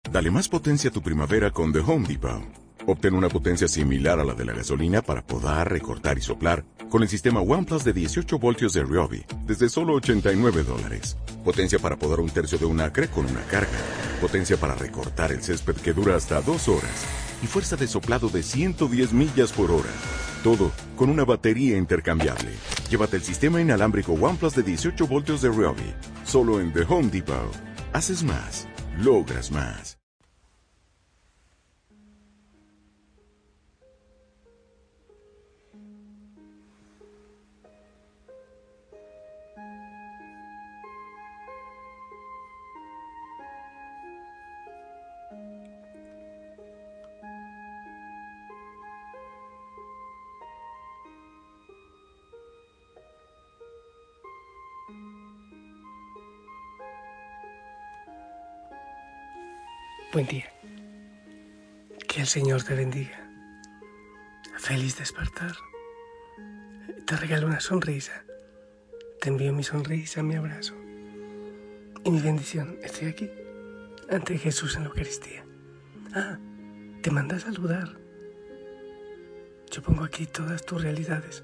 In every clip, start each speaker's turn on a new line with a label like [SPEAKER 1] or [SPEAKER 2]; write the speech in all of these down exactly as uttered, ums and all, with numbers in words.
[SPEAKER 1] Dale más potencia a tu primavera con The Home Depot. Obtén una potencia similar a la de la gasolina para podar, recortar y soplar con el sistema OnePlus de dieciocho voltios de Ryobi desde solo ochenta y nueve dólares. Potencia para podar un tercio de un acre con una carga. Potencia para recortar el césped que dura hasta dos horas. Y fuerza de soplado de ciento diez millas por hora. Todo con una batería intercambiable. Llévate el sistema inalámbrico OnePlus de dieciocho voltios de Ryobi. Solo en The Home Depot. Haces más. Logras más.
[SPEAKER 2] Buen día. Que el Señor te bendiga. Feliz despertar. Te regalo una sonrisa. Te envío mi sonrisa, mi abrazo y mi bendición. Estoy aquí, ante Jesús en la Eucaristía. Ah, te manda a saludar. Yo pongo aquí todas tus realidades.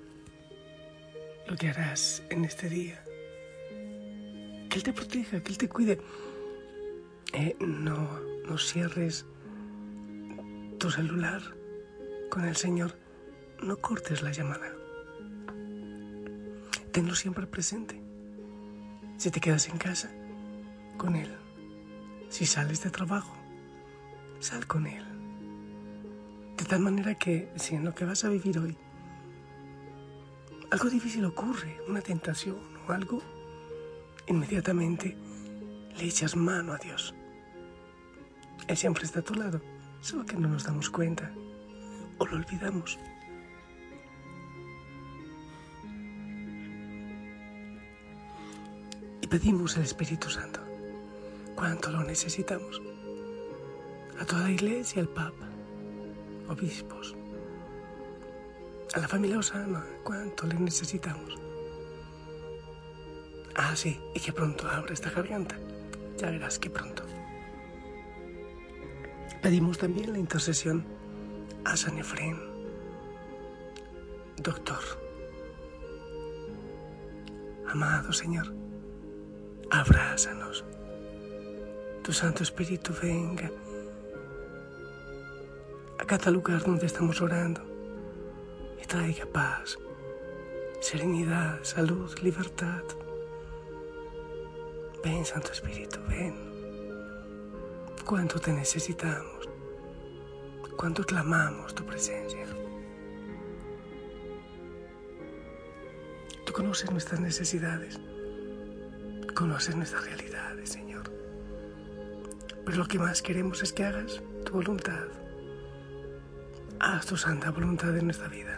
[SPEAKER 2] Lo que harás en este día. Que Él te proteja, que Él te cuide. Eh, no, no cierres tu celular con el Señor. No cortes la llamada. Tenlo siempre presente. Si te quedas en casa, con Él. Si sales de trabajo, sal con Él. De tal manera que si en lo que vas a vivir hoy algo difícil ocurre, una tentación o algo, inmediatamente le echas mano a Dios. Él siempre está a tu lado, solo que no nos damos cuenta o lo olvidamos. Y pedimos al Espíritu Santo, cuánto lo necesitamos, a toda la Iglesia, al Papa, obispos, a la familia Osana, cuánto le necesitamos. Ah, sí, y que pronto abra esta garganta, ya verás que pronto. Pedimos también la intercesión a San Efrén, doctor. Amado Señor, abrázanos. Tu Santo Espíritu venga a cada lugar donde estamos orando y traiga paz, serenidad, salud, libertad. Ven, Santo Espíritu, ven. Cuánto te necesitamos, cuánto clamamos tu presencia. Tú conoces nuestras necesidades, conoces nuestras realidades, Señor. Pero lo que más queremos es que hagas tu voluntad. Haz tu santa voluntad en nuestra vida.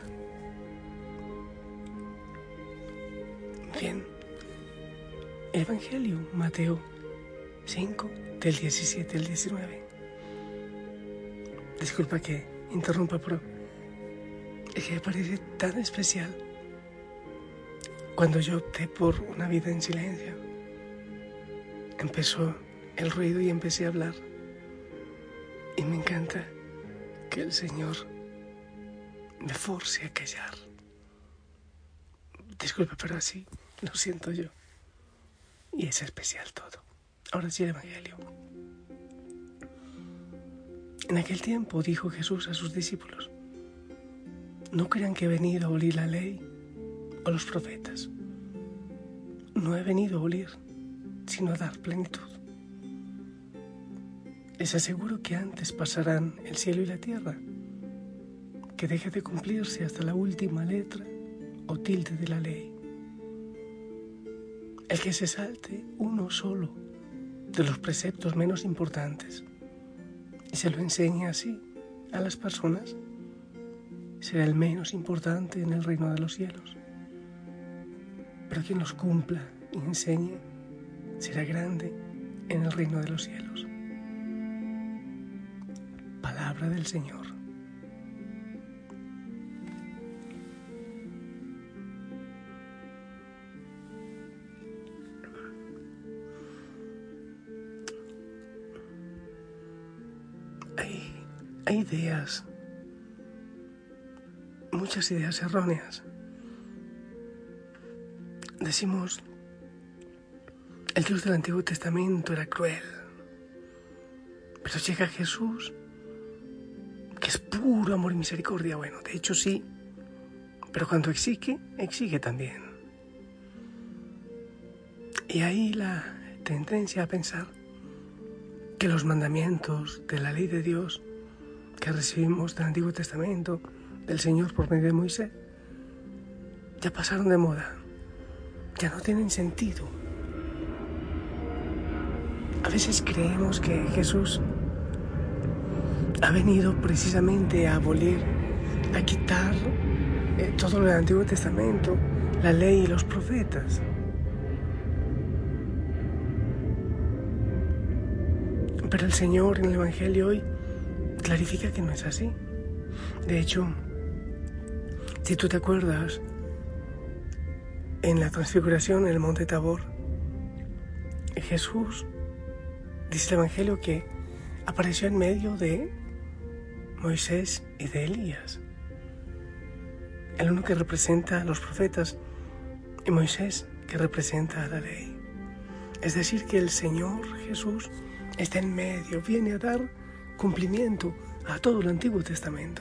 [SPEAKER 2] Bien, el Evangelio, Mateo cinco, del diecisiete al diecinueve. Disculpa que interrumpa, pero es que me parece tan especial. Cuando yo opté por una vida en silencio, empezó el ruido y empecé a hablar. Y me encanta que el Señor me force a callar. Disculpa, pero así lo siento yo. Y es especial todo. Ahora sí el Evangelio. En aquel tiempo dijo Jesús a sus discípulos: no crean que he venido a abolir la ley o los profetas. No he venido a abolir, sino a dar plenitud. Les aseguro que antes pasarán el cielo y la tierra, que deje de cumplirse hasta la última letra o tilde de la ley. El que se salte uno solo de los preceptos menos importantes y se lo enseña así a las personas, será el menos importante en el reino de los cielos. Pero quien los cumpla y enseñe será grande en el reino de los cielos. Palabra del Señor. hay, hay ideas, muchas ideas erróneas. Decimos, el Dios del Antiguo Testamento era cruel, pero llega Jesús, que es puro amor y misericordia. Bueno, de hecho sí, pero cuando exige, exige también. Y ahí la tendencia a pensar que los mandamientos de la ley de Dios que recibimos del Antiguo Testamento, del Señor por medio de Moisés, ya pasaron de moda, ya no tienen sentido. A veces creemos que Jesús ha venido precisamente a abolir, a quitar eh, todo lo del Antiguo Testamento, la ley y los profetas. Pero el Señor en el Evangelio hoy clarifica que no es así. De hecho, si tú te acuerdas, en la transfiguración en el monte Tabor, Jesús, dice el Evangelio, que apareció en medio de Moisés y de Elías. El uno que representa a los profetas y Moisés que representa a la ley. Es decir, que el Señor Jesús está en medio, viene a dar cumplimiento a todo el Antiguo Testamento.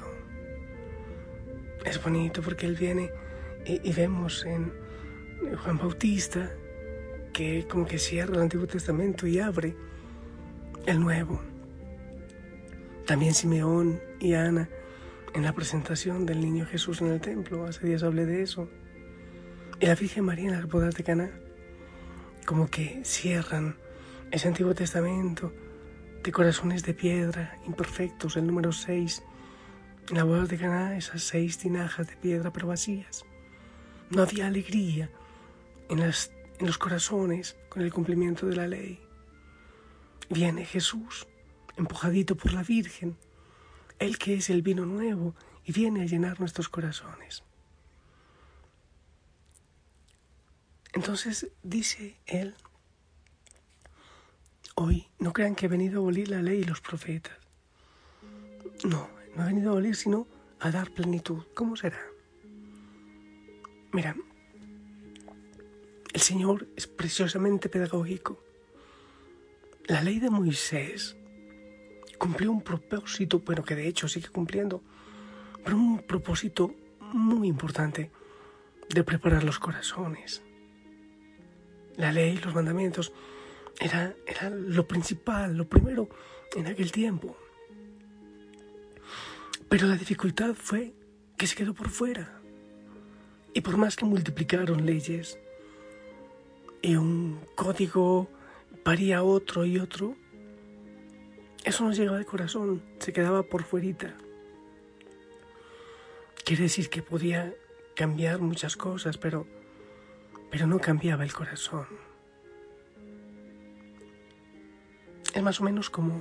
[SPEAKER 2] Es bonito porque Él viene y, y vemos en Juan Bautista que como que cierra el Antiguo Testamento y abre el Nuevo. También Simeón y Ana en la presentación del niño Jesús en el templo, hace días hablé de eso. Y la Virgen María en las bodas de Caná, como que cierran ese Antiguo Testamento de corazones de piedra imperfectos, el número seis. En las bodas de Caná, esas seis tinajas de piedra pero vacías. No había alegría en, las, en los corazones con el cumplimiento de la ley. Viene Jesús, empujadito por la Virgen, Él que es el vino nuevo, y viene a llenar nuestros corazones. Entonces dice Él, hoy no crean que he venido a abolir la ley y los profetas. No, no he venido a abolir, sino a dar plenitud. ¿Cómo será? Mira, el Señor es preciosamente pedagógico. La ley de Moisés cumplió un propósito, bueno, que de hecho sigue cumpliendo, pero un propósito muy importante de preparar los corazones. La ley, los mandamientos, era, era lo principal, lo primero en aquel tiempo. Pero la dificultad fue que se quedó por fuera. Y por más que multiplicaron leyes y un código paría otro y otro, eso no llegaba de corazón, se quedaba por fuerita. Quiere decir que podía cambiar muchas cosas, pero, pero no cambiaba el corazón. Es más o menos como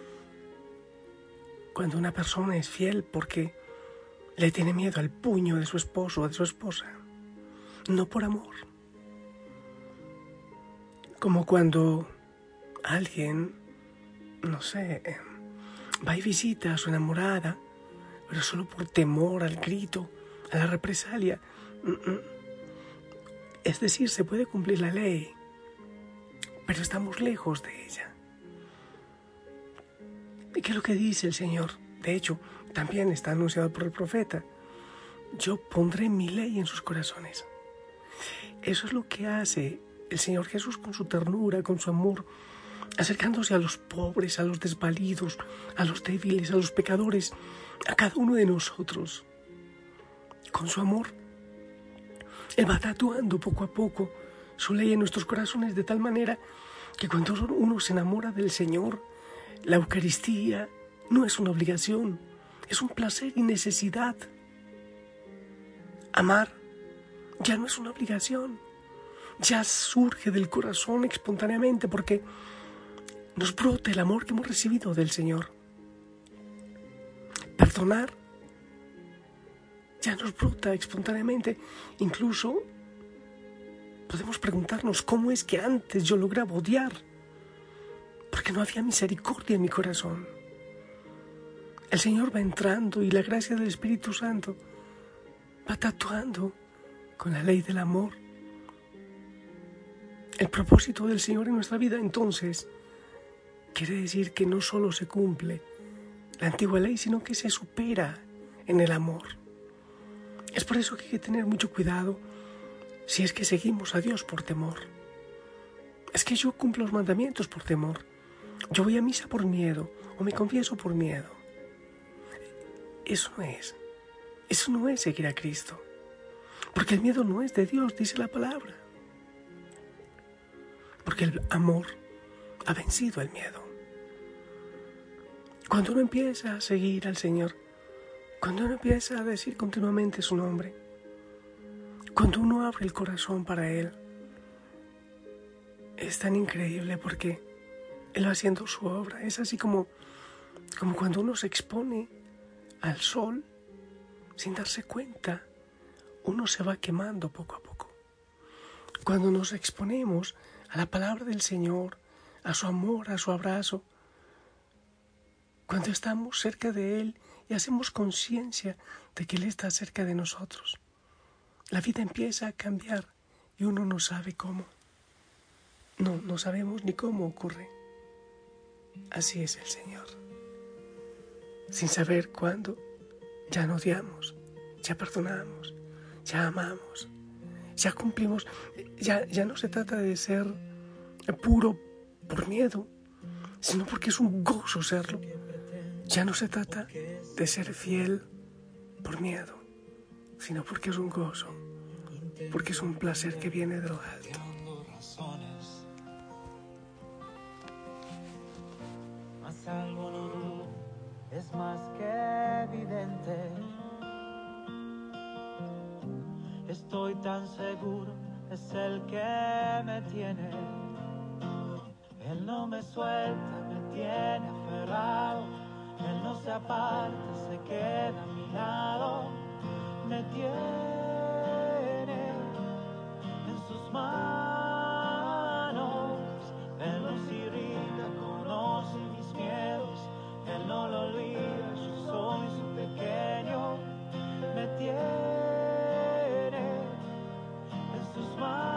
[SPEAKER 2] cuando una persona es fiel porque le tiene miedo al puño de su esposo o de su esposa, no por amor. Como cuando alguien, no sé, va y visita a su enamorada, pero solo por temor al grito, a la represalia. Es decir, se puede cumplir la ley, pero estamos lejos de ella. ¿Y qué es lo que dice el Señor? De hecho, también está anunciado por el profeta. Yo pondré mi ley en sus corazones. Eso es lo que hace el Señor Jesús con su ternura, con su amor, acercándose a los pobres, a los desvalidos, a los débiles, a los pecadores, a cada uno de nosotros. Con su amor, Él va tatuando poco a poco su ley en nuestros corazones de tal manera que cuando uno se enamora del Señor, la Eucaristía no es una obligación, es un placer y necesidad. Amar ya no es una obligación, ya surge del corazón espontáneamente porque nos brota el amor que hemos recibido del Señor. Perdonar ya nos brota espontáneamente. Incluso podemos preguntarnos cómo es que antes yo lograba odiar, porque no había misericordia en mi corazón. el Señor va entrando y la gracia del Espíritu Santo va tatuando con la ley del amor el propósito del Señor en nuestra vida. Entonces, quiere decir que no solo se cumple la antigua ley, sino que se supera en el amor. Es por eso que hay que tener mucho cuidado si es que seguimos a Dios por temor. Es que yo cumplo los mandamientos por temor. Yo voy a misa por miedo o me confieso por miedo. Eso no es. Eso no es seguir a Cristo. Porque el miedo no es de Dios, dice la palabra. Porque el amor ha vencido el miedo. Cuando uno empieza a seguir al Señor, cuando uno empieza a decir continuamente su nombre, cuando uno abre el corazón para Él, es tan increíble porque Él va haciendo su obra. Es así como, como cuando uno se expone al sol sin darse cuenta, uno se va quemando poco a poco. Cuando nos exponemos a la palabra del Señor, a su amor, a su abrazo, cuando estamos cerca de Él y hacemos conciencia de que Él está cerca de nosotros, la vida empieza a cambiar y uno no sabe cómo. No, no sabemos ni cómo ocurre. Así es el Señor. Sin saber cuándo, ya no odiamos, ya perdonamos, ya amamos, ya cumplimos. Ya, ya no se trata de ser puro por miedo, sino porque es un gozo serlo. Ya no se trata de ser fiel por miedo, sino porque es un gozo, porque es un placer que viene de lo alto.
[SPEAKER 3] Mas algo no dudo, es más que evidente. Estoy tan seguro, es el que me tiene. Él no me suelta, me tiene aferrado. Él no se aparta, se queda a mi lado. Me tiene en sus manos. Él nos irrita, conoce mis miedos. Él no lo olvida, yo soy su pequeño. Me tiene en sus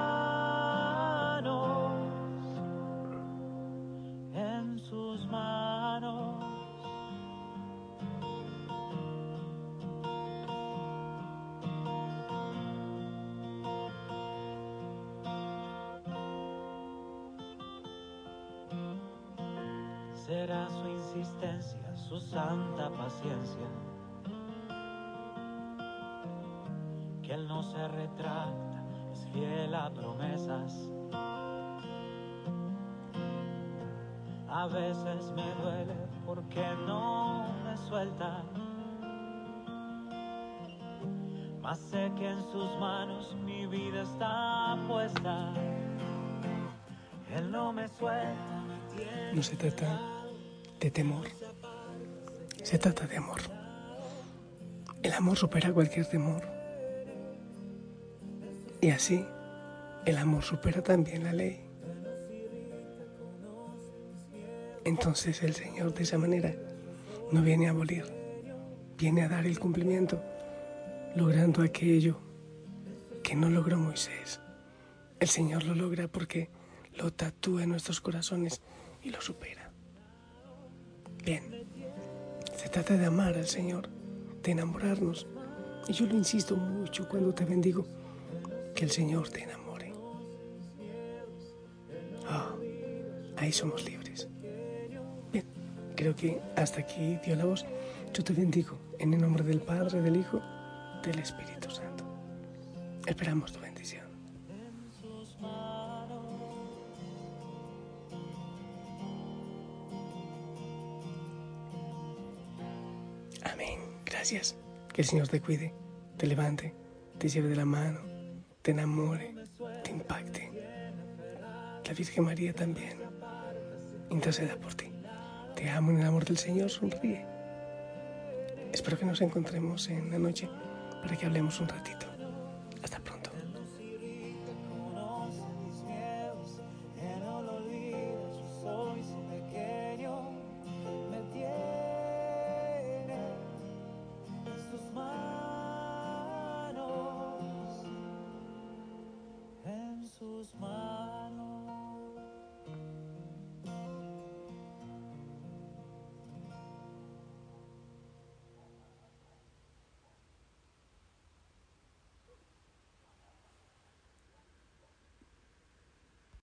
[SPEAKER 3] manos. En sus manos. Será su insistencia, su santa paciencia, que Él no se retracta, es fiel a promesas. A veces me duele porque no me suelta, mas sé que en sus manos mi vida está puesta. Él no me suelta.
[SPEAKER 2] No se trata de temor, se trata de amor. El amor supera cualquier temor. Y así, el amor supera también la ley. Entonces el Señor de esa manera no viene a abolir, viene a dar el cumplimiento, logrando aquello que no logró Moisés. El Señor lo logra porque lo tatúa en nuestros corazones y lo supera. Bien, se trata de amar al Señor, de enamorarnos. Y yo lo insisto mucho cuando te bendigo, que el Señor te enamore. Oh, ahí somos libres. Bien, creo que hasta aquí dio la voz. Yo te bendigo en el nombre del Padre, del Hijo, del Espíritu Santo. Esperamos tu bendición. Amén. Gracias. Que el Señor te cuide, te levante, te lleve de la mano, te enamore, te impacte. La Virgen María también interceda por ti. Te amo en el amor del Señor, sonríe. Espero que nos encontremos en la noche para que hablemos un ratito.